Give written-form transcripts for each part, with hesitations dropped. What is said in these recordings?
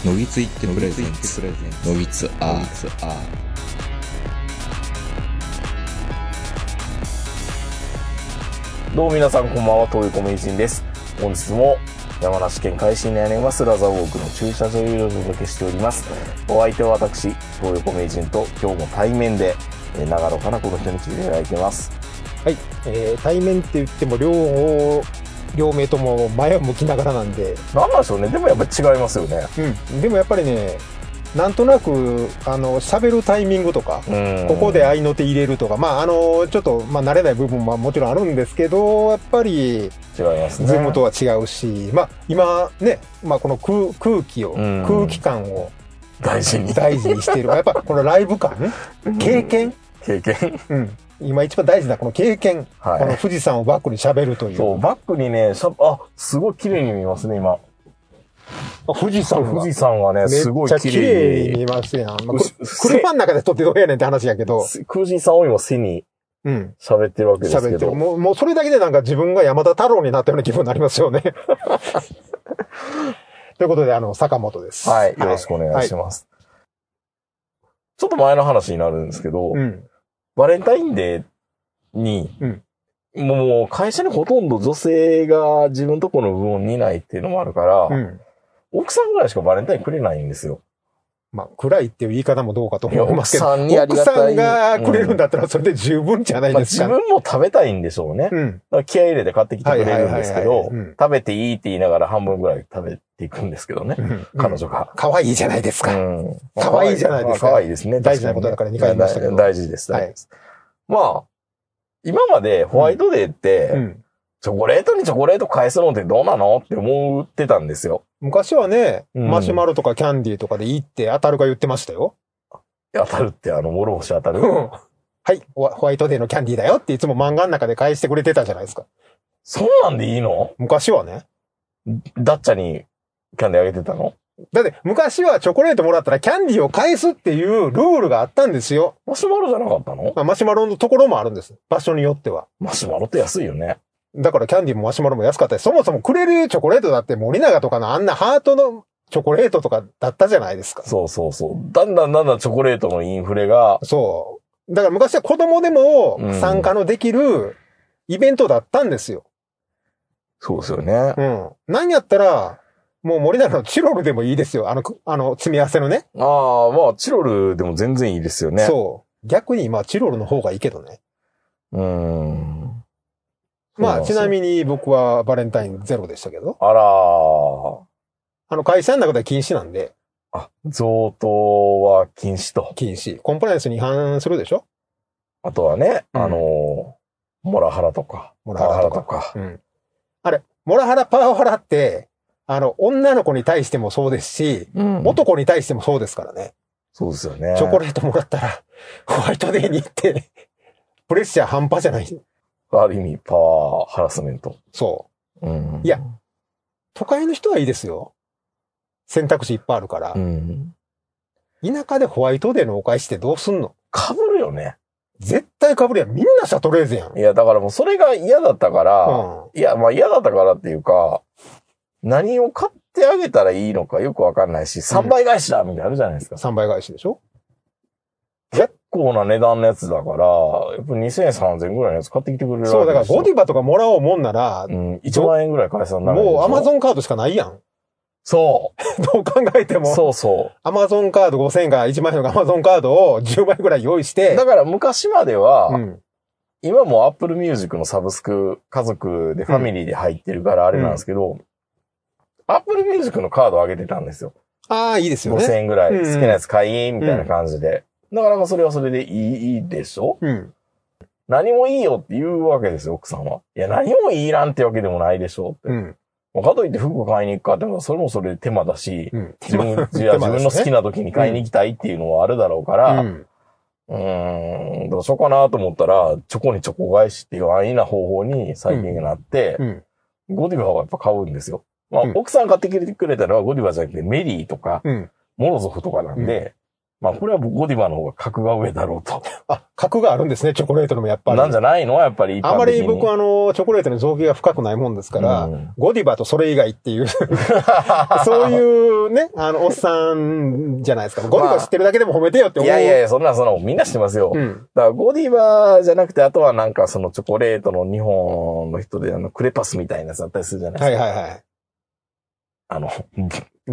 のぎついってプレゼンツのぎつアー。 どうも皆さんこんばんは、東横名人です。本日も山梨県海心にありますラザーウォークの駐車場よりお届けしております。お相手は私、東横名人と今日も対面で長野からこの人に来ていただいてます。 はい、対面って言っても両名とも前を向きながらなんで、 なんでしょうね。でもやっぱり違いますよね。 でもやっぱりね、なんとなく喋るタイミングとか、ここで合いの手入れるとか、ちょっと慣れない部分ももちろんあるんですけど、やっぱり違いますね。 ズームとは違うし、今ね、この空気感を大事にしている。やっぱこのライブ感、経験、今一番大事なこの経験、この富士山をバックに喋るという。 そう、バックにね、すごい綺麗に見えますね、今。 富士山はね、すごい綺麗に見えますやん。車の中で撮ってどうやねんって話やけど。 富士山を今背に喋ってるわけですけど。 もうそれだけでなんか自分が山田太郎になったような気分になりますよね。ということで、坂本です。 はい、よろしくお願いします。ちょっと前の話になるんですけど、バレンタインデーに、もう会社にほとんど女性が自分とこの部分を見ないっていうのもあるから、奥さんぐらいしかバレンタインくれないんですよ。 暗いっていう言い方もどうかと思いますけど、 奥さんがくれるんだったらそれで十分じゃないですか。 自分も食べたいんでしょうね。だから気合い入れて買ってきてくれるんですけど、食べていいって言いながら半分ぐらい食べていくんですけどね。彼女が。 可愛いじゃないですか。可愛いじゃないですか。 可愛いですね。 大事なことだから2回言いましたけど。 大事です。今までホワイトデーって、チョコレートにチョコレート返すのってどうなのって思ってたんですよ。 昔はね、マシュマロとかキャンディーとかでいいって当たるが言ってましたよ。 当たるって諸星当たるはい、ホワイトデーのキャンディーだよっていつも漫画の中で返してくれてたじゃないですか。 そんなんでいいの？ 昔はね。 ダッチャにキャンディーあげてたの？ だって昔はチョコレートもらったらキャンディーを返すっていうルールがあったんですよ。 マシュマロじゃなかったの？ マシュマロのところもあるんです。場所によっては。 マシュマロって安いよね。 だからキャンディーもマシュマロも安かったし、そもそもくれるチョコレートだって森永とかのあんなハートのチョコレートとかだったじゃないですか。 そう。だんだんチョコレートのインフレが。 そう。だから昔は子供でも参加のできるイベントだったんですよ。 そうですよね。 何やったら、もう森永のチロルでもいいですよ。積み合わせのね。 チロルでも全然いいですよね。 そう。逆にチロルの方がいいけどね。ちなみに僕はバレンタインゼロでしたけど。会社の中では禁止なんで。 贈答は禁止と。 禁止。コンプライアンスに違反するでしょ？ あとはね、モラハラとか。 モラハラとか。モラハラ、パワハラって、女の子に対してもそうですし、男に対してもそうですからね。 そうですよね。 チョコレートもらったら、ホワイトデーに行って、プレッシャー半端じゃない。 ある意味、パワーハラスメント。 そう。いや、都会の人はいいですよ。選択肢いっぱいあるから。田舎でホワイトデーのお返しってどうすんの？ 被るよね。 絶対被るやん。みんなシャトレーゼやん。 いや、だからもうそれが嫌だったから、嫌だったからっていうか、何を買ってあげたらいいのかよくわかんないし、3倍返しだみたいなのあるじゃないですか。 3倍返しでしょ？ 結構な値段のやつだから、やっぱ2000円3000円ぐらいのやつ買ってきてくれるわけですよ。 そう、だからゴディバとかもらおうもんなら、 1万円ぐらい返さない。 もうアマゾンカードしかないやん。 そう。 どう考えても。 そう。 アマゾンカード5000円か1万円のアマゾンカードを10枚ぐらい用意して。 だから昔までは、今も Apple Music のサブスク、家族でファミリーで入ってるからあれなんですけど、Apple Music のカードをあげてたんですよ。 いいですよね。 5000円ぐらい好きなやつ買い、みたいな感じで。だからそれはそれでいいでしょ？何もいいよって言うわけですよ、奥さんは。いや、何もいいなんてわけでもないでしょって。かといって服買いに行くかっても、それもそれで手間だし、自分の好きな時に買いに行きたいっていうのはあるだろうから、どうしようかなと思ったら、チョコにチョコ返しっていう安易な方法に最近になって、ゴディバはやっぱ買うんですよ。奥さん買ってくれたのはゴディバじゃなくてメリーとか、モロゾフとかなんで、 まあこれはゴディバの方が格が上だろうと。 あ、格があるんですね、チョコレートのもやっぱり。 なんじゃないのやっぱり一般的に。 あまり僕チョコレートの造形が深くないもんですから、ゴディバとそれ以外っていう、そういうね、おっさんじゃないですか。ゴディバ知ってるだけでも褒めてよって思う。 いや、そんなみんな知ってますよ。だからゴディバじゃなくて、あとはなんかチョコレートの日本の人でクレパスみたいなやつあったりするじゃないですか。 はいはいはい。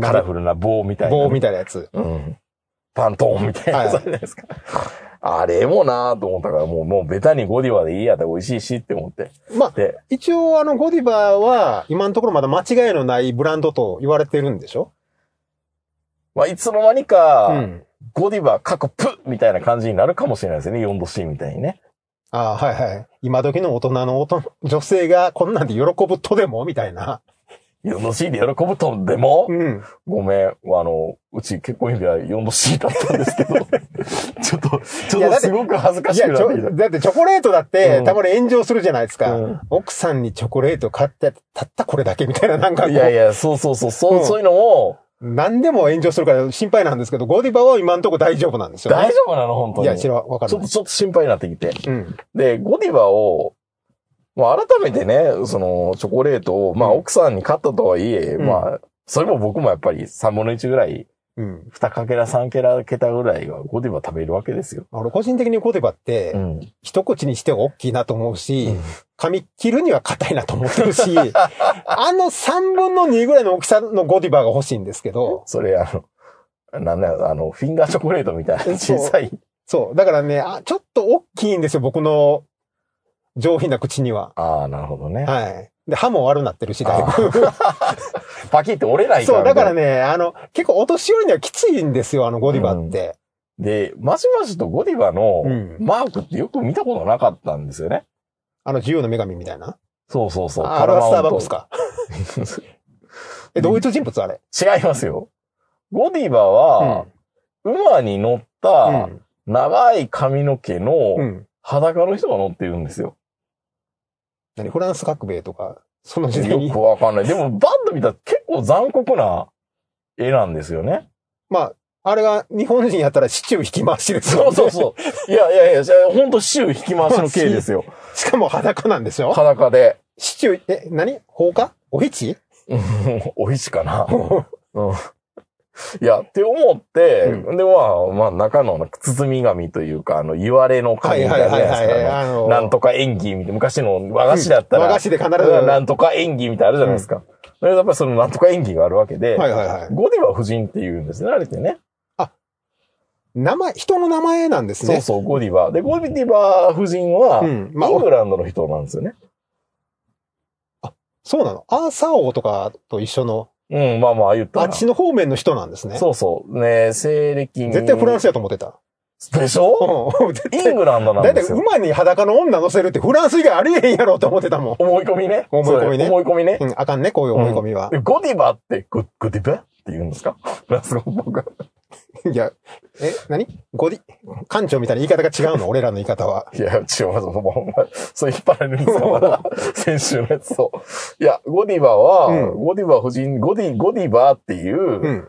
カラフルな棒みたいな。 棒みたいなやつ。 パントーンみたいなやつあるじゃないですか。あれもなぁと思ったから、もうベタにゴディバでいいやって美味しいしって思って。 まあ、一応ゴディバは今のところまだ間違いのないブランドと言われてるんでしょ？ まあ、いつの間にか、ゴディバ過去プみたいな感じになるかもしれないですね。4度 C みたいにね。 ああ、はいはい。今時の大人の女性がこんなんで喜ぶとでもみたいな。 4度 C で喜ぶとでも、ごめん。うち結婚指輪4度 C だったんですけど、ちょっとすごく恥ずかしくなってきた。 だってチョコレートだって、たまに炎上するじゃないですか。奥さんにチョコレート買って、たったこれだけみたいななんか。 いや、そういうのも、 何でも炎上するから心配なんですけど、ゴディバは今んとこ大丈夫なんですよ、 ね。大丈夫なの本当に。 いや、わかんない。 ちょっと心配になってきて。で、ゴディバを、まあ、改めてね、チョコレートを、まあ、奥さんに買ったとはいえ、まあ、それも僕もやっぱり3分の1ぐらい、2かけら3桁ぐらいがゴディバ食べるわけですよ。 個人的にゴディバって、一口にしては大きいなと思うし、噛み切るには硬いなと思ってるし、3分の2ぐらいの大きさのゴディバが欲しいんですけど。 それなんだよ、フィンガーチョコレートみたいな小さい。 そう。だからね、ちょっと大きいんですよ、僕の上品な口には。 ああ、なるほどね。 はい。で、歯も悪なってるし、だいぶ。 パキって折れないから。 そう、だからね、結構お年寄りにはきついんですよ、ゴディバって。 で、まじまじとゴディバのマークってよく見たことなかったんですよね。 自由の女神みたいな。 そう。 あれはスターバックスか。同一人物あれ。 違いますよ。ゴディバは、馬に乗った長い髪の毛の裸の人が乗ってるんですよ。 フランス革命とか、その時代に。 よくわかんない。でも、バッと見たら結構残酷な絵なんですよね。 まあ、あれが日本人やったらシチュー引き回しですよね。 そう。いや、ほんとシチュー引き回しの刑ですよ。 しかも裸なんでしょ？ 裸で。 シチュー、何？放火？おひち？ おひちかな。いや、って思って、で、まあ、中の包み紙というか、言われの紙みたいなじゃないですか。なんとか演技みたいな、昔の和菓子だったら、 和菓子で必ず、 なんとか演技みたいなあるじゃないですか。やっぱりそのなんとか演技があるわけで、ゴディバ夫人って言うんですね、あれってね。 あ、人の名前なんですね。 そう、ゴディバ。で、ゴディバ夫人は、イングランドの人なんですよね。 あ、そうなの？アーサー王とかと一緒の。 まあ言ったら。 あっちの方面の人なんですね。 そう。ね、西暦に。 絶対フランスやと思ってた。 でしょ？イングランドなんですよ。 だいたい馬に裸の女乗せるってフランス以外ありえへんやろと思ってたもん。 思い込みね。 思い込みね。 あかんね、こういう思い込みは。 ゴディバって、ゴディバって言うんですか？フランス語僕。 いや、何？館長みたいな言い方が違うの？俺らの言い方は。 いや、違う、そう引っ張られるんですよ、まだ。先週のやつと。いや、ゴディバは、ゴディバ夫人、ゴディバっていう、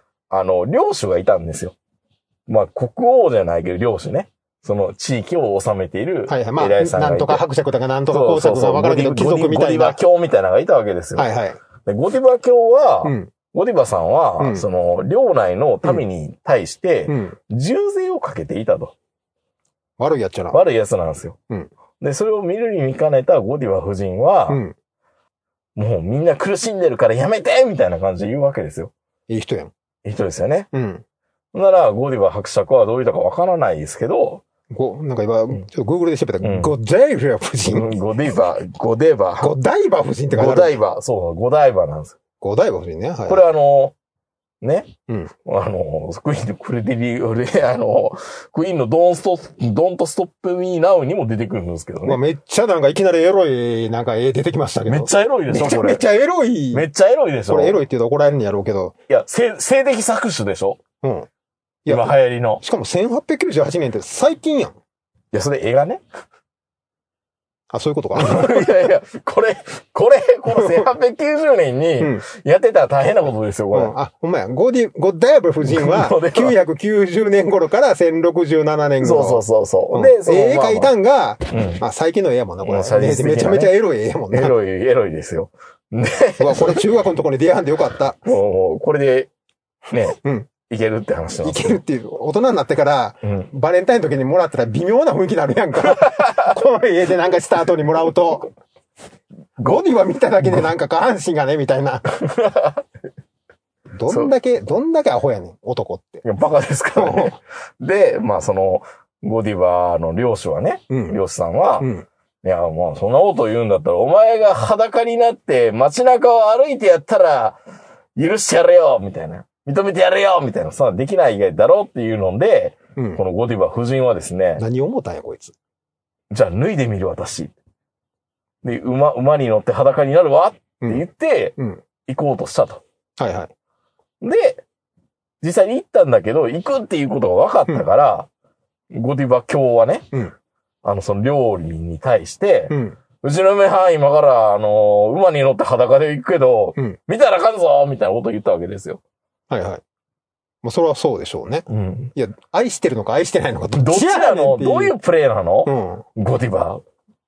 領主がいたんですよ。まあ、国王じゃないけど、領主ね。その地域を治めている偉いさんがいて。 なんとか伯爵とかなんとか公爵が分からんけど、貴族みたいな。 ゴディバ教みたいなのがいたわけですよ。でゴディバ教は、ゴディバさんは、領内の民に対して、重税をかけていたと。 悪いやつな。 悪いやつなんですよ。で、それを見るに見かねたゴディバ夫人は、もうみんな苦しんでるからやめてみたいな感じで言うわけですよ。 いい人やん。 いい人ですよね。なら、ゴディバ伯爵はどういう人かわからないですけど、 なんか今、ちょっと Google で調べたら、ゴダイバ夫人。 ゴダイバ夫人って書いてある。 ゴダイバ、そう、ゴダイバなんですよ。 ゴダイバ夫人ね。 これね。クイーンのクレディリ、クイーンのDon't Stop Me Now にも出てくるんですけどね。 めっちゃなんかいきなりエロい、なんか絵出てきましたけど。 めっちゃエロいでしょこれ。 めっちゃエロい。 めっちゃエロいでしょこれエロいって言うと怒られるんやろうけど。 いや、性的搾取でしょ今流行りの。 しかも1898年って最近やん。いや、それ映画ね。 あ、そういうことか。 いやいや、この1890年にやってたら大変なことですよ、これ。 あ、ほんまや。ゴダイバ夫人は990年頃から1067年頃。 そう。 で、絵描いたんが、まあ最近の絵やもんな、これ。めちゃめちゃエロい絵やもんな。 エロいですよ。 うわ、これ中学のところに出会んでよかった。 もう、これで、ね、いけるって話なんです。 いけるっていう、大人になってから、バレンタインの時にもらったら微妙な雰囲気になるやんか。この家でなんかした後にもらうと。ゴディバ見ただけでなんか下半身がね、みたいな。どんだけアホやねん、男って。 いや、バカですからね。で、まあその、ゴディバの漁師はね、漁師さんは、いや、もうそんなこと言うんだったら、お前が裸になって街中を歩いてやったら、許してやれよみたいな。認めてやれよみたいな。さ、できないだろうっていうので、このゴディバ夫人はですね。 何を思ったんや、こいつ。 じゃあ脱いでみる私。で、馬に乗って裸になるわって言って、行こうとしたと。 はいはい。 で、実際に行ったんだけど、行くっていうことが分かったから、ゴディバ卿はね、その料理に対して、うちの嫁はん今から、馬に乗って裸で行くけど、見たらあかんぞみたいなことを言ったわけですよ。 はいはい。もうそれはそうでしょうね。いや、愛してるのか愛してないのかどっちなの？どういうプレイなの？ゴディバ。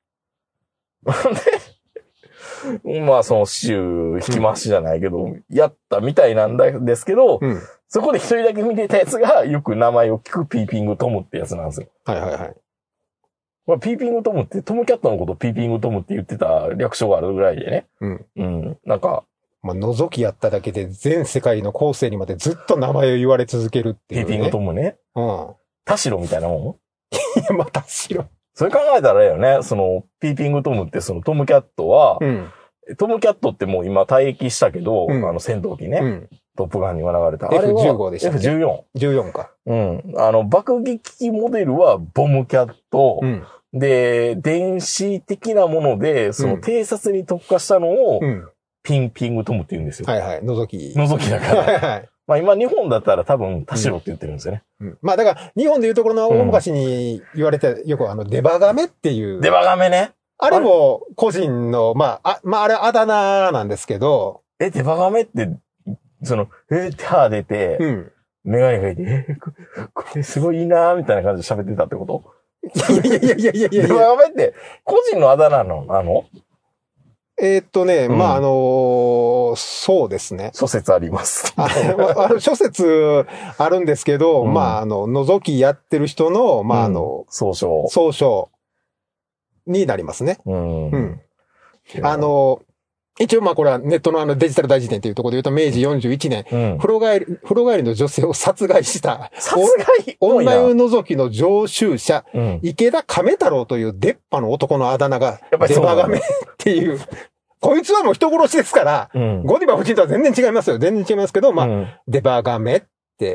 で、まあそのシュー引き回しじゃないけど、やったみたいなんですけど、そこで一人だけ見てたやつがよく名前を聞くピーピングトムってやつなんですよ。 はいはいはい。 まあ、ピーピングトムってトムキャットのことをピーピングトムって言ってた略称があるぐらいでね。なんか、 まあ、覗きやっただけで全世界の後世にまでずっと名前を言われ続けるっていう、ね。 ピーピングトムね。田代みたいなもん。 いや、まあ、田代。 それ考えたらよね、その、ピーピングトムってそのトムキャットは、トムキャットってもう今退役したけど、戦闘機ね、トップガンには流れた。 F15 でしたっけ？ F14。 14か。 爆撃機モデルはボムキャット。で、電子的なもので、その偵察に特化したのを、ピンピングトムって言うんですよ。 はいはい。覗きだから。はい。まあ今日本だったら多分田代って言ってるんですよね。 まあだから日本でいうところの大昔に言われてよくデバガメっていう。 デバガメね。 あれも個人の、あれあだ名なんですけど。 デバガメって、って歯出て、メガネかいて、これすごいいいなーみたいな感じで喋ってたってこと？ いや。 デバガメって個人のあだ名なの？ そうですね。 諸説あります。 諸説あるんですけど、覗きやってる人の、 総称になりますね。一応これはネットのデジタル大辞典というところで言うと、明治41年、風呂帰りの女性を殺害した、女湯覗きの常習者、池田亀太郎という出っ歯の男のあだ名が、デバガメっていう、こいつはもう人殺しですから、ゴディバ夫人とは全然違いますよ。全然違いますけど、デバガメって。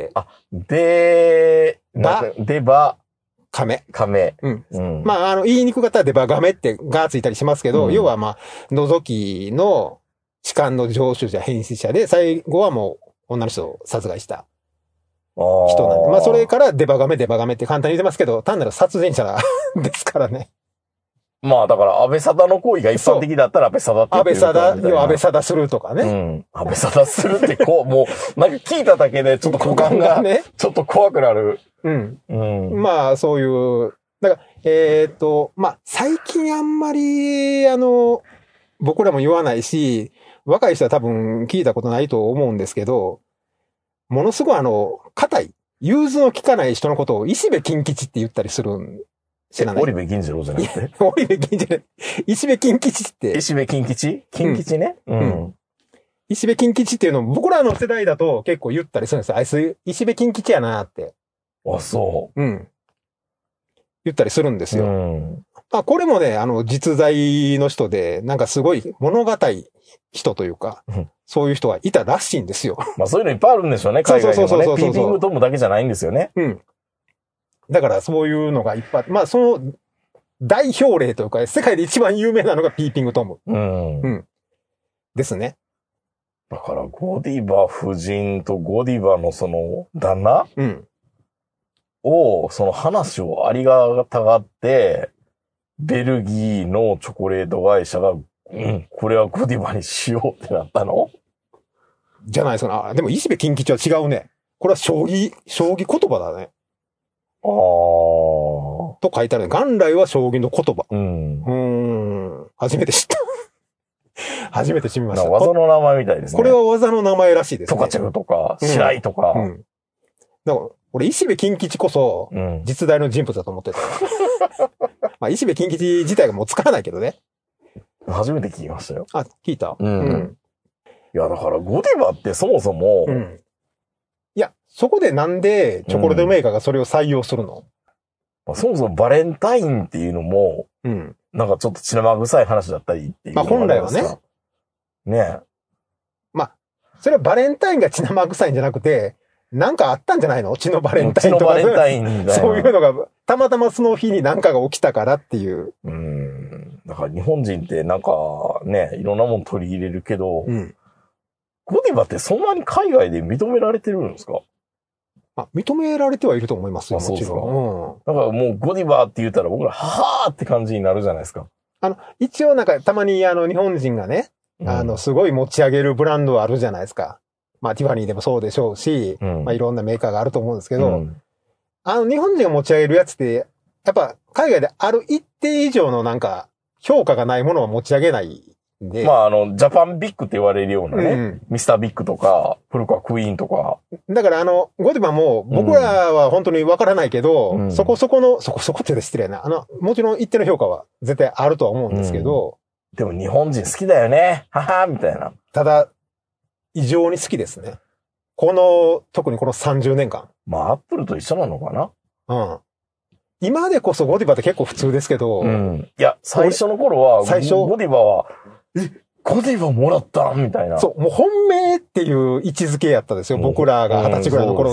デバ亀。 言いにくかったらデバガメってがついたりしますけど、要は覗きの痴漢の常習者、変死者で、最後はもう女の人を殺害した人なんで。それからデバガメって簡単に言ってますけど、単なる殺人者ですからね。 だから安倍貞の行為が一般的だったら安倍貞って言ってる。 安倍貞するとかね。 安倍貞するってもう、なんか聞いただけでちょっと股間がね、ちょっと怖くなる。 そういう、だから、最近あんまり、僕らも言わないし、若い人は多分聞いたことないと思うんですけど、ものすごい硬い、融通の利かない人のことを石部金吉って言ったりするん知らない。 織部銀次郎じゃなくて織部銀次郎。石部金吉って。 石部金吉ね。 石部金吉っていうのも僕らの世代だと結構言ったりするんですよ。あいつ石部金吉やなって。 あ、そう。 言ったりするんですよ。これもね、実在の人で、なんかすごい物語い人というか、そういう人がいたらしいんですよ。 そういうのいっぱいあるんでしょうね、海外でもね。ピーピングトムだけじゃないんですよね。 だからそういうのがいっぱい、その代表例というか、世界で一番有名なのがピーピングトム。ですね。 だから、ゴディバ夫人とゴディバのその旦那を、その話をありがたがって、 ベルギーのチョコレート会社が、これはゴディバにしようってなったの？ じゃないですか。でも石部金吉は違うね。これは将棋言葉だね。と書いてあるね。元来は将棋の言葉。初めて知った。初めて知りました。 技の名前みたいですね。 これは技の名前らしいですね。 トカチェフとか、白井とか。 だから俺、石部金吉こそ、実在の人物だと思ってた。まあ、石部金吉自体がもう使わないけどね。 初めて聞きましたよ。 あ、聞いた？ いや、だから、ゴディバってそもそも、 いや、そこでなんでチョコレートメーカーがそれを採用するの？ そもそもバレンタインっていうのも、なんかちょっと血生臭い話だったりっていう。 まあ本来はね。 ねえ。 まあ、それはバレンタインが血生臭いんじゃなくて、なんかあったんじゃないの？血のバレンタインとか。血のバレンタインみたいな。そういうのが、たまたまその日に何かが起きたからっていう。 だから日本人ってなんかね、いろんなもの取り入れるけど、ゴディバってそんなに海外で認められてるんですか？ 認められてはいると思いますよ、もちろん。だからもうゴディバって言ったら僕ら、はぁーって感じになるじゃないですか。 一応なんかたまに日本人がね、すごい持ち上げるブランドあるじゃないですか。まあティファニーでもそうでしょうし、まあいろんなメーカーがあると思うんですけど、日本人が持ち上げるやつって、やっぱ海外である一定以上のなんか評価がないものは持ち上げないんで。 まあジャパンビッグって言われるようなね、ミスタービッグとか、プルコアクイーンとか。 だからゴディバも僕らは本当にわからないけど、そこそこって失礼な。もちろん一定の評価は絶対あるとは思うんですけど。 でも日本人好きだよね。ははみたいな。 ただ、異常に好きですね。特にこの30年間。 まあ、アップルと一緒なのかな？ 今でこそゴディバって結構普通ですけど。 いや、最初の頃は、ゴディバは、ゴディバもらったみたいな。 そう、もう本命っていう位置づけやったんですよ。僕らが20歳ぐらいの頃って。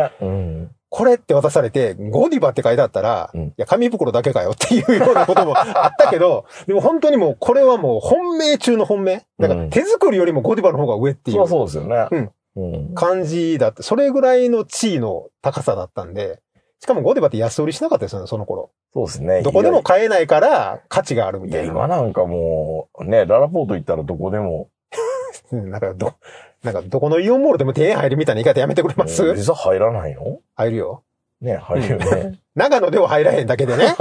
これって渡されて、ゴディバって書いてあったら、いや、紙袋だけかよっていうようなこともあったけど、でも本当にもう、これはもう本命中の本命。だから手作りよりもゴディバの方が上っていう。 そうですよね。 感じだって、それぐらいの地位の高さだったんで、しかもゴディバって安売りしなかったですよね、その頃。 そうですね。 どこでも買えないから価値があるみたいな。 いや、今なんかもう、ね、ララポート行ったらどこでも。 なんかどこのイオンモールでも手に入るみたいな言い方やめてくれます？ 実は入らないの？ 入るよ。 ね、入るよね。 長野では入らへんだけでね。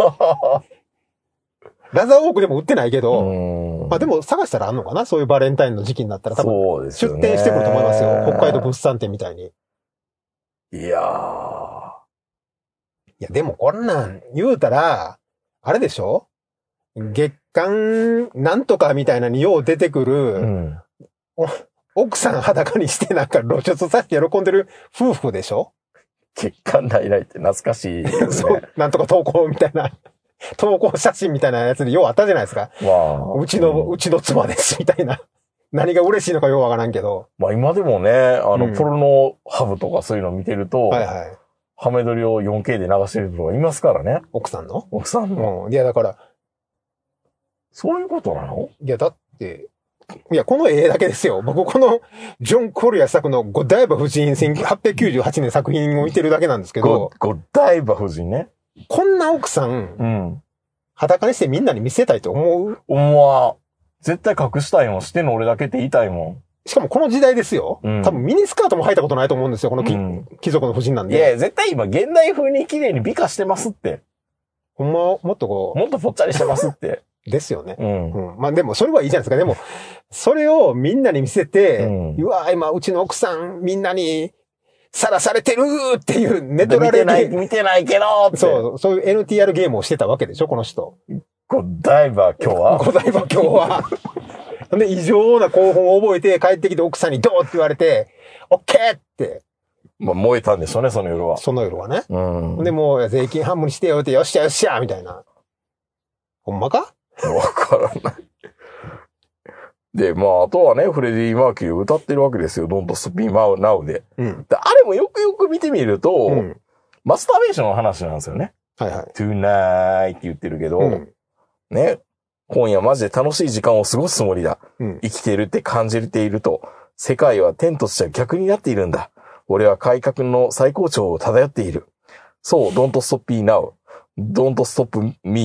ラザーウォークでも売ってないけど、まあでも探したらあんのかな？そういうバレンタインの時期になったら多分出店してくると思いますよ。北海道物産展みたいに。 いやでもこんなん言うたら、あれでしょ？月刊なんとかみたいなによう出てくる、奥さん裸にしてなんか露出させて喜んでる夫婦でしょ？ 月刊大々って懐かしいですね。 そう、なんとか投稿みたいな。投稿写真みたいなやつでようあったじゃないですか。うちの妻ですみたいな。何が嬉しいのかようわからんけど。 まあ今でもね、ポルノハブとかそういうの見てると、ハメ撮りを 4K で流してる人がいますからね。 奥さんの？ いやだから、 そういうことなの？ いやだって、いや、この絵だけですよ。僕、この、ジョン・コリア作のゴダイバ夫人1898年作品を見てるだけなんですけど。 ゴダイバ夫人ね。 こんな奥さん、裸にしてみんなに見せたいと思う？ 思わん。絶対隠したいもん。してんの俺だけって言いたいもん。 しかもこの時代ですよ。多分ミニスカートも履いたことないと思うんですよ。この貴族の夫人なんで。 いや、絶対今現代風に綺麗に美化してますって。 ほんま、もっともっとぽっちゃりしてますって。 ですよね。まあでもそれはいいじゃないですか。でも、それをみんなに見せて、うわ、今うちの奥さんみんなにさらされてるっていうネトラレで。 見てないけどって。 そういう NTR ゲームをしてたわけでしょ、この人。 ゴダイバ今日はゴダイバ今日は。で、異常な興奮を覚えて帰ってきて奥さんにどうって言われて、オッケーって。 まあ燃えたんでしょうね、その夜は。 その夜はね。で、もう税金半分にしてよって、よっしゃよっしゃみたいな。ほんまか？ わからない。で、まあ、あとはね、フレディ・マーキュリー歌ってるわけですよ。Don't Stop Me Now で。であれもよくよく見てみると、マスターベーションの話なんですよね。Tonight って言ってるけど、ね、今夜マジで楽しい時間を過ごすつもりだ。生きているって感じていると、世界は天と地は逆になっているんだ。俺は改革の最高潮を漂っている。そう、Don't Stop Me Now. Don't Stop Me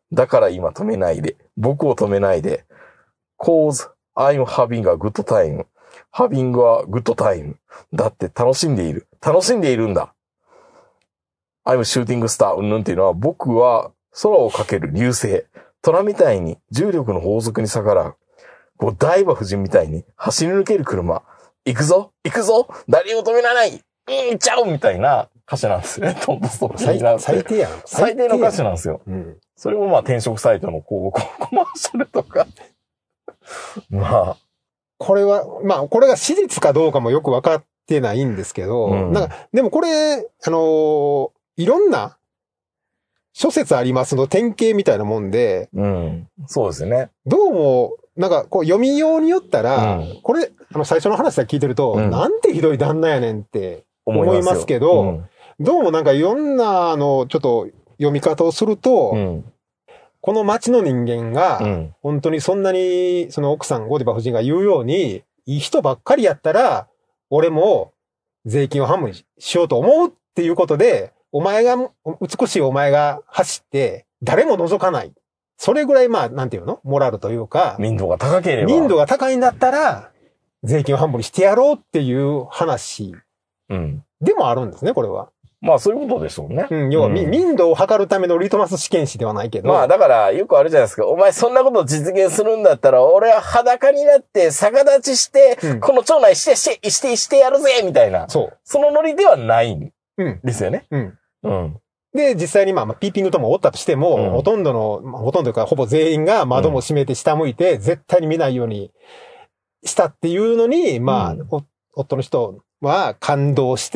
だから今止めないで。僕を止めないで。cause I'm having a good time.having a good time. だって楽しんでいる。楽しんでいるんだ。I'm shooting star. うんぬんっていうのは僕は空をかける流星。虎みたいに重力の法則に逆らう。ゴダイバ夫人みたいに走り抜ける車。行くぞ行くぞ誰を止められない行っちゃうみたいな歌詞なんですよね。トントストップ最低やん。 最低の歌詞なんですよ。 うん、 それもまあ転職サイトの広告コマーシャルとか。まあ。 これは、まあこれが史実かどうかもよくわかってないんですけど、 うん、 なんか、でもこれ、いろんな諸説ありますの典型みたいなもんで、 うん。そうですね。 どうも、なんかこう読みようによったら、うん、これ、最初の話だけ聞いてると、うん、なんてひどい旦那やねんって思いますけど、うん、どうもなんかいろんなちょっと読み方をすると、うん、この町の人間が、本当にそんなに、その奥さん、ゴディバ夫人が言うように、いい人ばっかりやったら、俺も税金を半分にしようと思うっていうことで、美しいお前が走って、誰も覗かない。それぐらい、まあ、なんていうの？モラルというか。 民度が高ければ。 民度が高いんだったら、税金を半分にしてやろうっていう話。でもあるんですね、これは。 まあ、そういうことでしょうね。 要は、民度を測るためのリトマス試験紙ではないけど。 まあ、だから、よくあるじゃないですか。お前そんなこと実現するんだったら、俺は裸になって逆立ちして、この町内してやるぜみたいな。そう。そのノリではないんですよね。で、実際にまあ、ピーピングともおったとしても、ほとんどというか、ほぼ全員が窓も閉めて下向いて、絶対に見ないようにしたっていうのに、まあ、夫の人は感動して、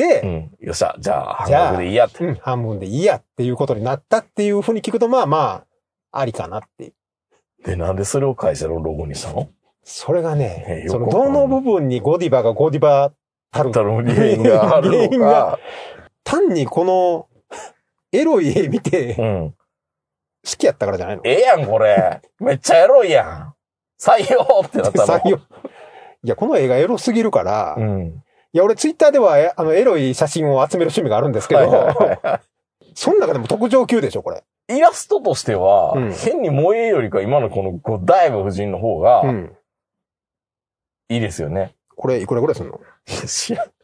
よっしゃ、じゃあ、半分でいいやって。 半分でいいやっていうことになったっていうふうに聞くと、まあまあ、ありかなっていう。 で、なんでそれを会社のロゴにしたの？ それがね、その、どの部分にゴディバがゴディバたる原因があるのか。 単にこの、エロい絵見て、好きやったからじゃないの？ ええやん、これ。めっちゃエロいやん。採用ってなったの。採用。 いや、この映画エロすぎるから、いや、俺ツイッターでは、エロい写真を集める趣味があるんですけど、その中でも特上級でしょ、これ。 イラストとしては、変に萌えよりか今のこのゴダイバ夫人の方が、いいですよね。 これ、いくらぐらいするの？ 知らん。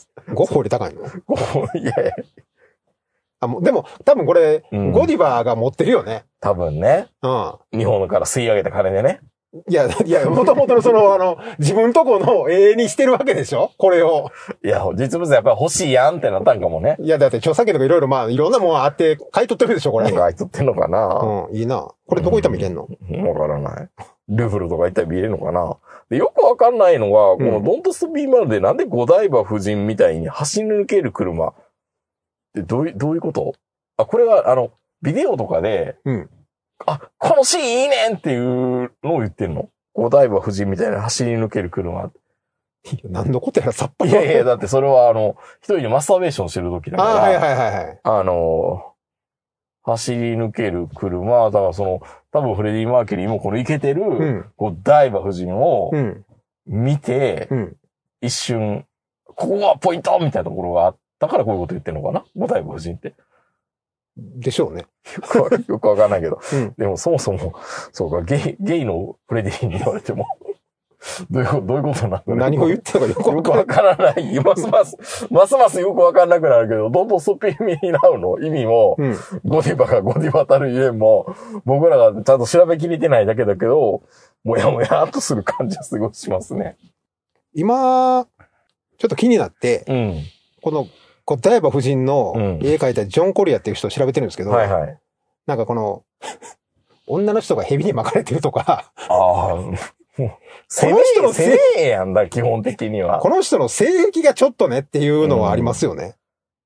5個より高いの？ いやいや。 でも、多分これ、ゴディバが持ってるよね。 多分ね。日本から吸い上げた金でね。 いや、もともとの自分とこの永遠にしてるわけでしょ？これを。 いや、実物やっぱり欲しいやんってなったんかもね。 いや、だって著作権とかいろいろまあ、いろんなもんあって、買い取ってるでしょ、これ。 買い取ってんのかな？ いいな。これどこ行ったら見れんの？ わからない。ルフルとか行ったら見れるのかな？で、よくわかんないのが、このドントストビーマルでなんでゴダイバ夫人みたいに走り抜ける車ってどういうこと？これは、ビデオとかで、このシーンいいねんっていうのを言ってんの？ゴダイバ夫人みたいな走り抜ける車。 何のことやらさっぱり。 いや、だってそれは一人でマスターベーションしてる時だから。 はい。 走り抜ける車、だから多分フレディ・マーキュリーもこのイケてる、ゴダイバ夫人を見て、一瞬、ここがポイントみたいなところがあったからこういうこと言ってるのかな？ゴダイバ夫人って。 でしょうね。 よくわかんないけど。でもそもそも、そうか、ゲイのフレディに言われても、どういうことなんだろう。 何を言ってるのかよくわからない。ますますよくわかんなくなるけど、どんどんスピーミーナウの意味も、ゴディバがゴディバたるゆえんも、僕らがちゃんと調べきれてないだけだけど、もやもやっとする感じはすごいしますね。 今、ちょっと気になって、この、ゴダイバ夫人の絵描いたジョン・コリアっていう人を調べてるんですけど、なんかこの、女の人が蛇に巻かれてるとか、 この人の性癖やんだ、基本的には。 この人の性癖がちょっとねっていうのはありますよね。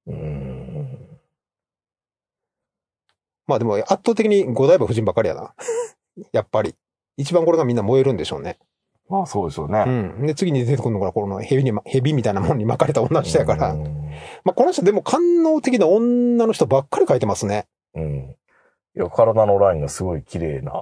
まあでも圧倒的にゴダイバ夫人ばかりやな。やっぱり。一番これがみんな燃えるんでしょうね。 まあそうでしょうね。 で、次に出てくるのがこの蛇みたいなもんに巻かれた女の人やから。まあこの人でも官能的な女の人ばっかり描いてますね。 いや、体のラインがすごい綺麗な。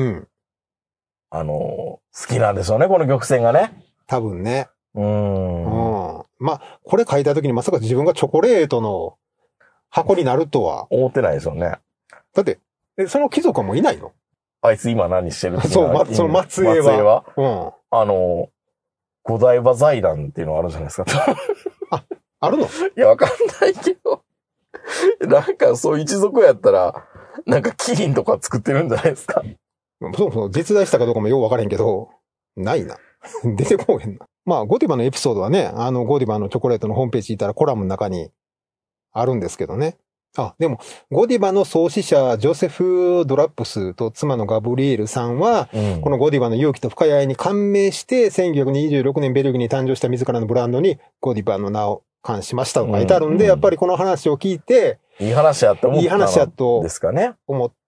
好きなんでしょうね、この曲線がね。 多分ね。まあ、これ書いた時にまさか自分がチョコレートの箱になるとは。 思ってないですよね。 だって、 その貴族はもういないの？ あいつ今何してるってそう、その末裔は。 末裔は五代馬財団っていうのがあるじゃないですか。 あるの？ いや、わかんないけど。なんかそういう一族やったら、なんかキリンとか作ってるんじゃないですか。 そう、実在したかどうかもようわからへんけど、ないな。出てこうへんな。まあ、ゴディバのエピソードはね、ゴディバのチョコレートのホームページ行ったらコラムの中にあるんですけどね。でも、ゴディバの創始者、ジョセフ・ドラップスと妻のガブリエルさんは、このゴディバの勇気と深い愛に感銘して、1926年ベルギーに誕生した自らのブランドにゴディバの名を冠しましたと書いてあるんで、やっぱりこの話を聞いて、 いい話やと思った。いい話やと。ですかね。 思って、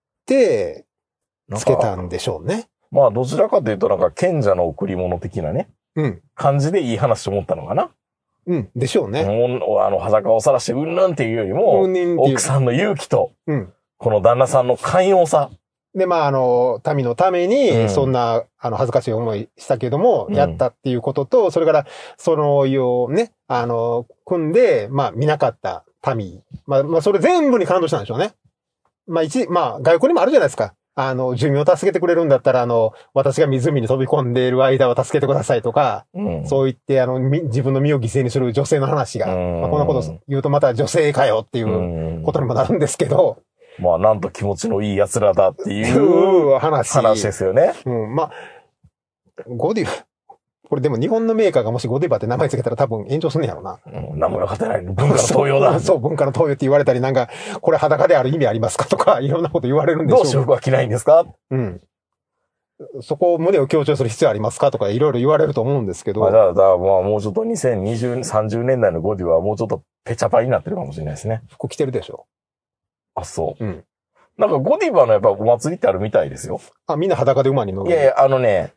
つけたんでしょうね。 まあ、どちらかというと、なんか、賢者の贈り物的なね。感じでいい話と思ったのかな。 でしょうね。 裸を晒してうんなんていうよりも、奥さんの勇気と、この旦那さんの寛容さ。 で、まあ、民のために、そんな、恥ずかしい思いしたけども、やったっていうことと、それから、その世をね、組んで、まあ、見なかった民。まあ、それ全部に感動したんでしょうね。まあ、外国にもあるじゃないですか。住民を助けてくれるんだったら、私が湖に飛び込んでいる間は助けてくださいとか、そう言って、自分の身を犠牲にする女性の話が、まあ、こんなこと言うとまた女性かよっていうことにもなるんですけど、 まあ、なんと気持ちのいい奴らだっていう話ですよね。 まあ、ゴディバ、これでも日本のメーカーがもしゴディバって名前つけたら多分炎上すんねやろな。 名前分かってない。文化の盗用だ。 そう、文化の盗用って言われたり、なんか、これ裸である意味ありますかとか、いろんなこと言われるんでしょう。 どうして服は着ないんですか？ そこを胸を強調する必要ありますかとか、いろいろ言われると思うんですけど。 まあ、もうちょっと2020、30年代のゴディバはもうちょっとペチャパになってるかもしれないですね。 服着てるでしょ。 あ、そう。なんかゴディバのやっぱお祭りってあるみたいですよ。 みんな裸で馬に乗る。 いやいや、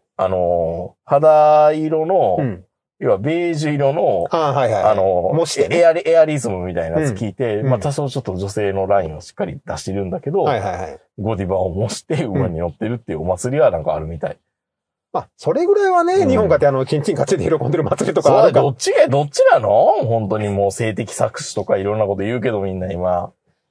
肌色の、要はベージュ色の、もしエアリズムみたいなやつ聞いて、まあ多少ちょっと女性のラインをしっかり出してるんだけど、ゴディバを模して馬に乗ってるっていうお祭りはなんかあるみたい。 それぐらいはね、日本かってチンチン担いで喜んでる祭りとかあるか。 どっちなの？本当にもう性的搾取とかいろんなこと言うけどみんな今。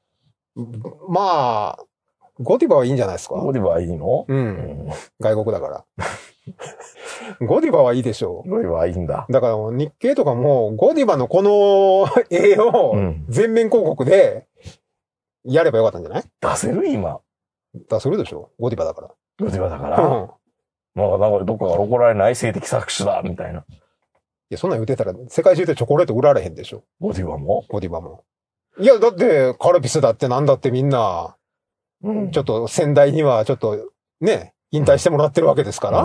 まあ、ゴディバはいいんじゃないですか？ ゴディバはいいの？ 外国だから。ゴディバはいいでしょう。 ゴディバはいいんだ。 だから日経とかも、ゴディバのこの絵を全面広告でやればよかったんじゃない？ 出せる今。 出せるでしょ？ゴディバだから。 ゴディバだから。なんかどっかから怒られない性的搾取だみたいな。いや、そんなん言うてたら世界中でチョコレート売られへんでしょ。 ゴディバも？ ゴディバも。いや、だって、カルピスだってなんだってみんな、ちょっと先代にはちょっと、ね、引退してもらってるわけですから。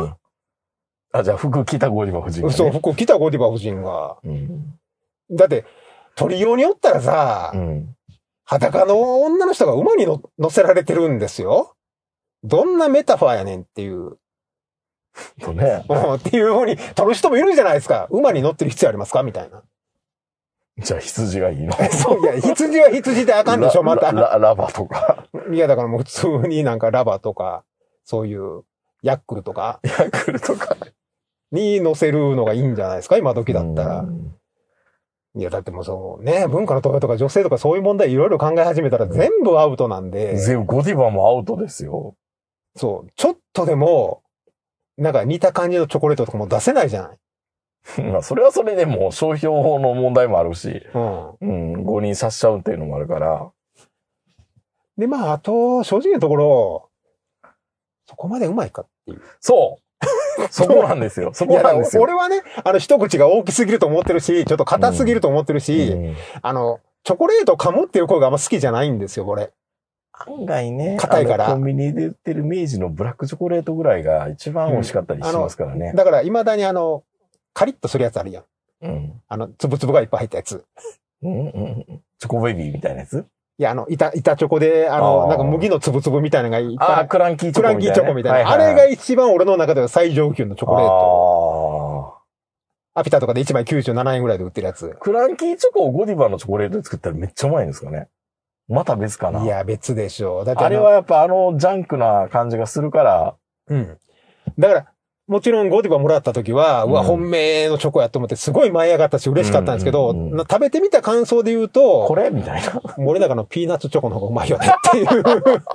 じゃあ服着たゴディバ夫人が、ね。 そう、服着たゴディバ夫人が。だって、鳥用におったらさ、裸の女の人が馬に乗せられてるんですよ。どんなメタファーやねんっていう。 とね。 っていう風に撮る人もいるじゃないですか。馬に乗ってる必要ありますかみたいな。 じゃあ羊がいいの？ そう、いや、羊は羊であかんでしょ、また。 ラバとか。 いや、だからもう普通になんかラバとか、そういうヤックルとか。 ヤックルとか。 に乗せるのがいいんじゃないですか、今時だったら。いや、だってもうそうね、文化の盗用とか女性とかそういう問題いろいろ考え始めたら全部アウトなんで。 全部ゴディバもアウトですよ。 そう。ちょっとでも、なんか似た感じのチョコレートとかも出せないじゃない。 まあ、それはそれでも商標法の問題もあるし、誤認させちゃうっていうのもあるから。 で、まあ、あと、正直なところ、そこまでうまいかっていう。 そうそこなんですよ。そこなんですよ。 俺はね、一口が大きすぎると思ってるし、ちょっと硬すぎると思ってるし、チョコレート噛むっていう声があんま好きじゃないんですよ、これ。 案外ね、 硬いから。 コンビニで売ってる明治のブラックチョコレートぐらいが一番美味しかったりしますからね。 だから未だにカリッとするやつあるやん。つぶつぶがいっぱい入ったやつ。 チョコベビーみたいなやつ？ いや、板チョコで、なんか麦のつぶつぶみたいなのがいっぱい。 クランキーチョコみたいな。 クランキーチョコみたいな。あれが一番俺の中では最上級のチョコレート。アピタとかで1枚97円ぐらいで売ってるやつ。 クランキーチョコをゴディバのチョコレートで作ったらめっちゃうまいんですかね。また別かな。 いや、別でしょう。だってあれはやっぱジャンクな感じがするから。 だから、もちろんゴディバもらった時は、本命のチョコやと思ってすごい舞い上がったし嬉しかったんですけど、食べてみた感想で言うと、 これみたいな。 俺なんかのピーナッツチョコの方がうまいよねっていう。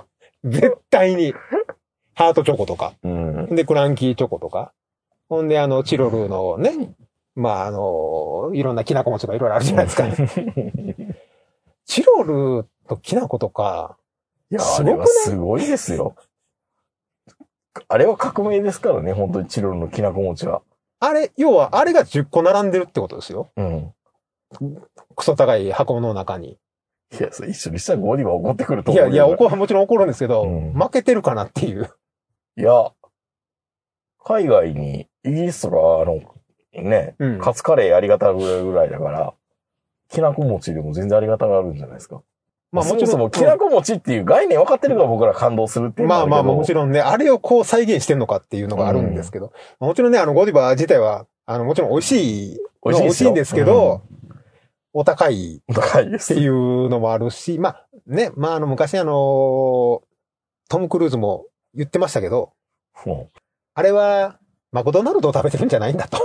絶対に。ハートチョコとか。 うん。 で、クランキーチョコとか。ほんで、チロルのね、まあ、いろんなきなこ餅とかいろいろあるじゃないですか。チロルときな粉とか。 いや、あれはすごいですよ。あれは革命ですからね、本当にチロルのきなこ餅は。 あれ、要は、あれが10個並んでるってことですよ。 うん。 クソ高い箱の中に。 いや、一緒にしたらゴディバ怒ってくると思う。 いや、もちろん怒るんですけど、負けてるかなっていう。 いや、海外に、イギリスとか、カツカレーありがたがるぐらいだから、きなこ餅でも全然ありがたがるんじゃないですか。まあもちろん。きなこ餅っていう概念分かってるから僕ら感動するっていう。 まあもちろんね、あれをこう再現してんのかっていうのがあるんですけど、もちろんね、ゴディバ自体は、もちろん美味しいんですけど、お高いっていうのもあるし、まあね、昔トム・クルーズも言ってましたけど、あれはマクドナルドを食べてるんじゃないんだと。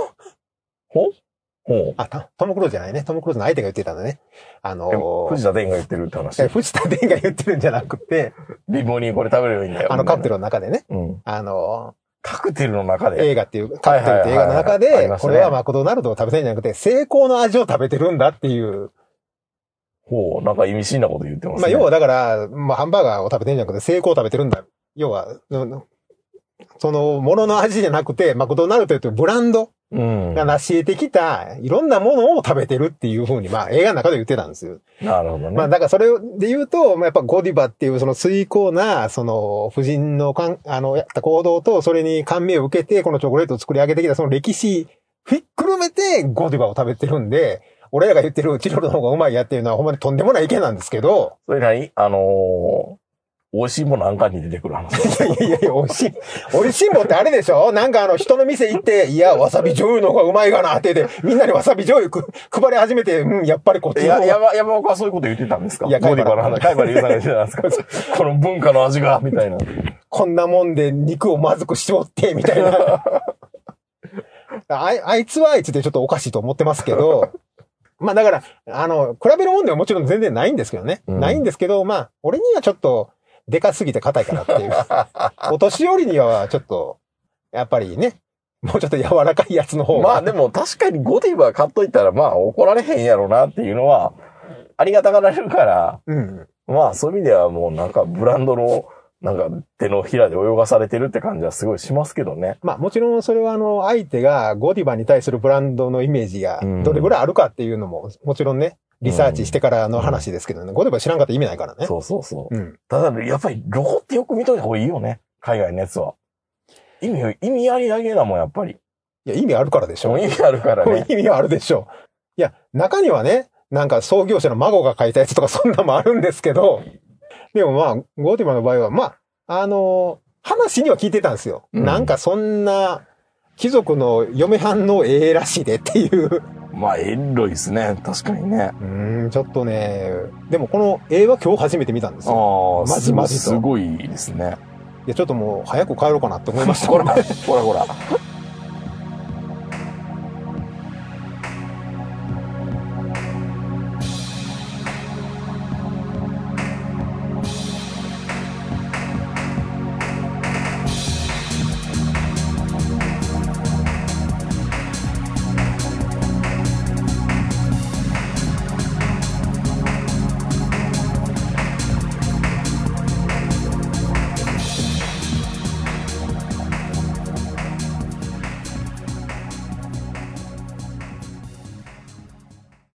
トム・クルーズじゃないね。トム・クルーズの相手が言ってたんだね。 藤田伝が言ってるって話。 藤田伝が言ってるんじゃなくて、 貧乏にこれ食べればいいんだよ。 カクテルの中でね。 カクテルの中で映画っていう、カクテルって映画の中で、これはマクドナルドを食べてるんじゃなくて、成功の味を食べてるんだっていう。 なんか意味深なこと言ってますね。 要はだから、ハンバーガーを食べてるんじゃなくて、成功を食べてるんだ。要は、その、ものの味じゃなくて、マクドナルドというブランドが成し得てきた、いろんなものを食べてるっていうふうに、映画の中で言ってたんですよ。 なるほどね。 だからそれで言うと、やっぱゴディバっていうその崇高な、その、夫人のやった行動と、それに感銘を受けて、このチョコレートを作り上げてきたその歴史、ひっくるめてゴディバを食べてるんで、俺らが言ってるチロルの方がうまいやっていうのはほんまにとんでもない意見なんですけど。 それ美味しいものなんかに出てくる話。 いや、美味しいもんってあれでしょ？なんか人の店行って、いや、わさび醤油の方がうまいがなって言って、みんなにわさび醤油配り始めて、やっぱりこっちの方が。 山岡はそういうこと言ってたんですか？いや、ゴディバの話、海馬で言うたら言ってたんですか？この文化の味が、みたいな。 こんなもんで肉をまずくしおって、みたいな。あいつはあいつでちょっとおかしいと思ってますけど、だから、比べるもんではもちろん全然ないんですけどね。ないんですけど、俺にはちょっと、でかすぎて硬いかなっていう。お年寄りにはちょっと、やっぱりね、もうちょっと柔らかいやつの方が。 でも確かにゴディバ買っといたら怒られへんやろなっていうのは、ありがたがられるから、そういう意味ではもうなんかブランドの、なんか手のひらで泳がされてるって感じはすごいしますけどね。 もちろんそれは相手がゴディバに対するブランドのイメージがどれぐらいあるかっていうのも、もちろんね、リサーチしてからの話ですけどね。ゴディバ知らんかったら意味ないからね。 そう。ただ、やっぱりロゴってよく見といた方がいいよね。海外のやつは。意味ありあげだもん、やっぱり。 いや、意味あるからでしょ。 意味あるからね。 意味はあるでしょ。いや、中にはね、なんか創業者の孫が書いたやつとかそんなもあるんですけど、でもゴディバの場合は、話には聞いてたんですよ。なんかそんな、貴族の嫁はんのらしいでっていう。 エロいですね。確かにね。 ちょっとね、でもこの絵は今日初めて見たんですよ。マジと。 すごいですね。 いや、ちょっともう早く帰ろうかなって思いました。 ほら。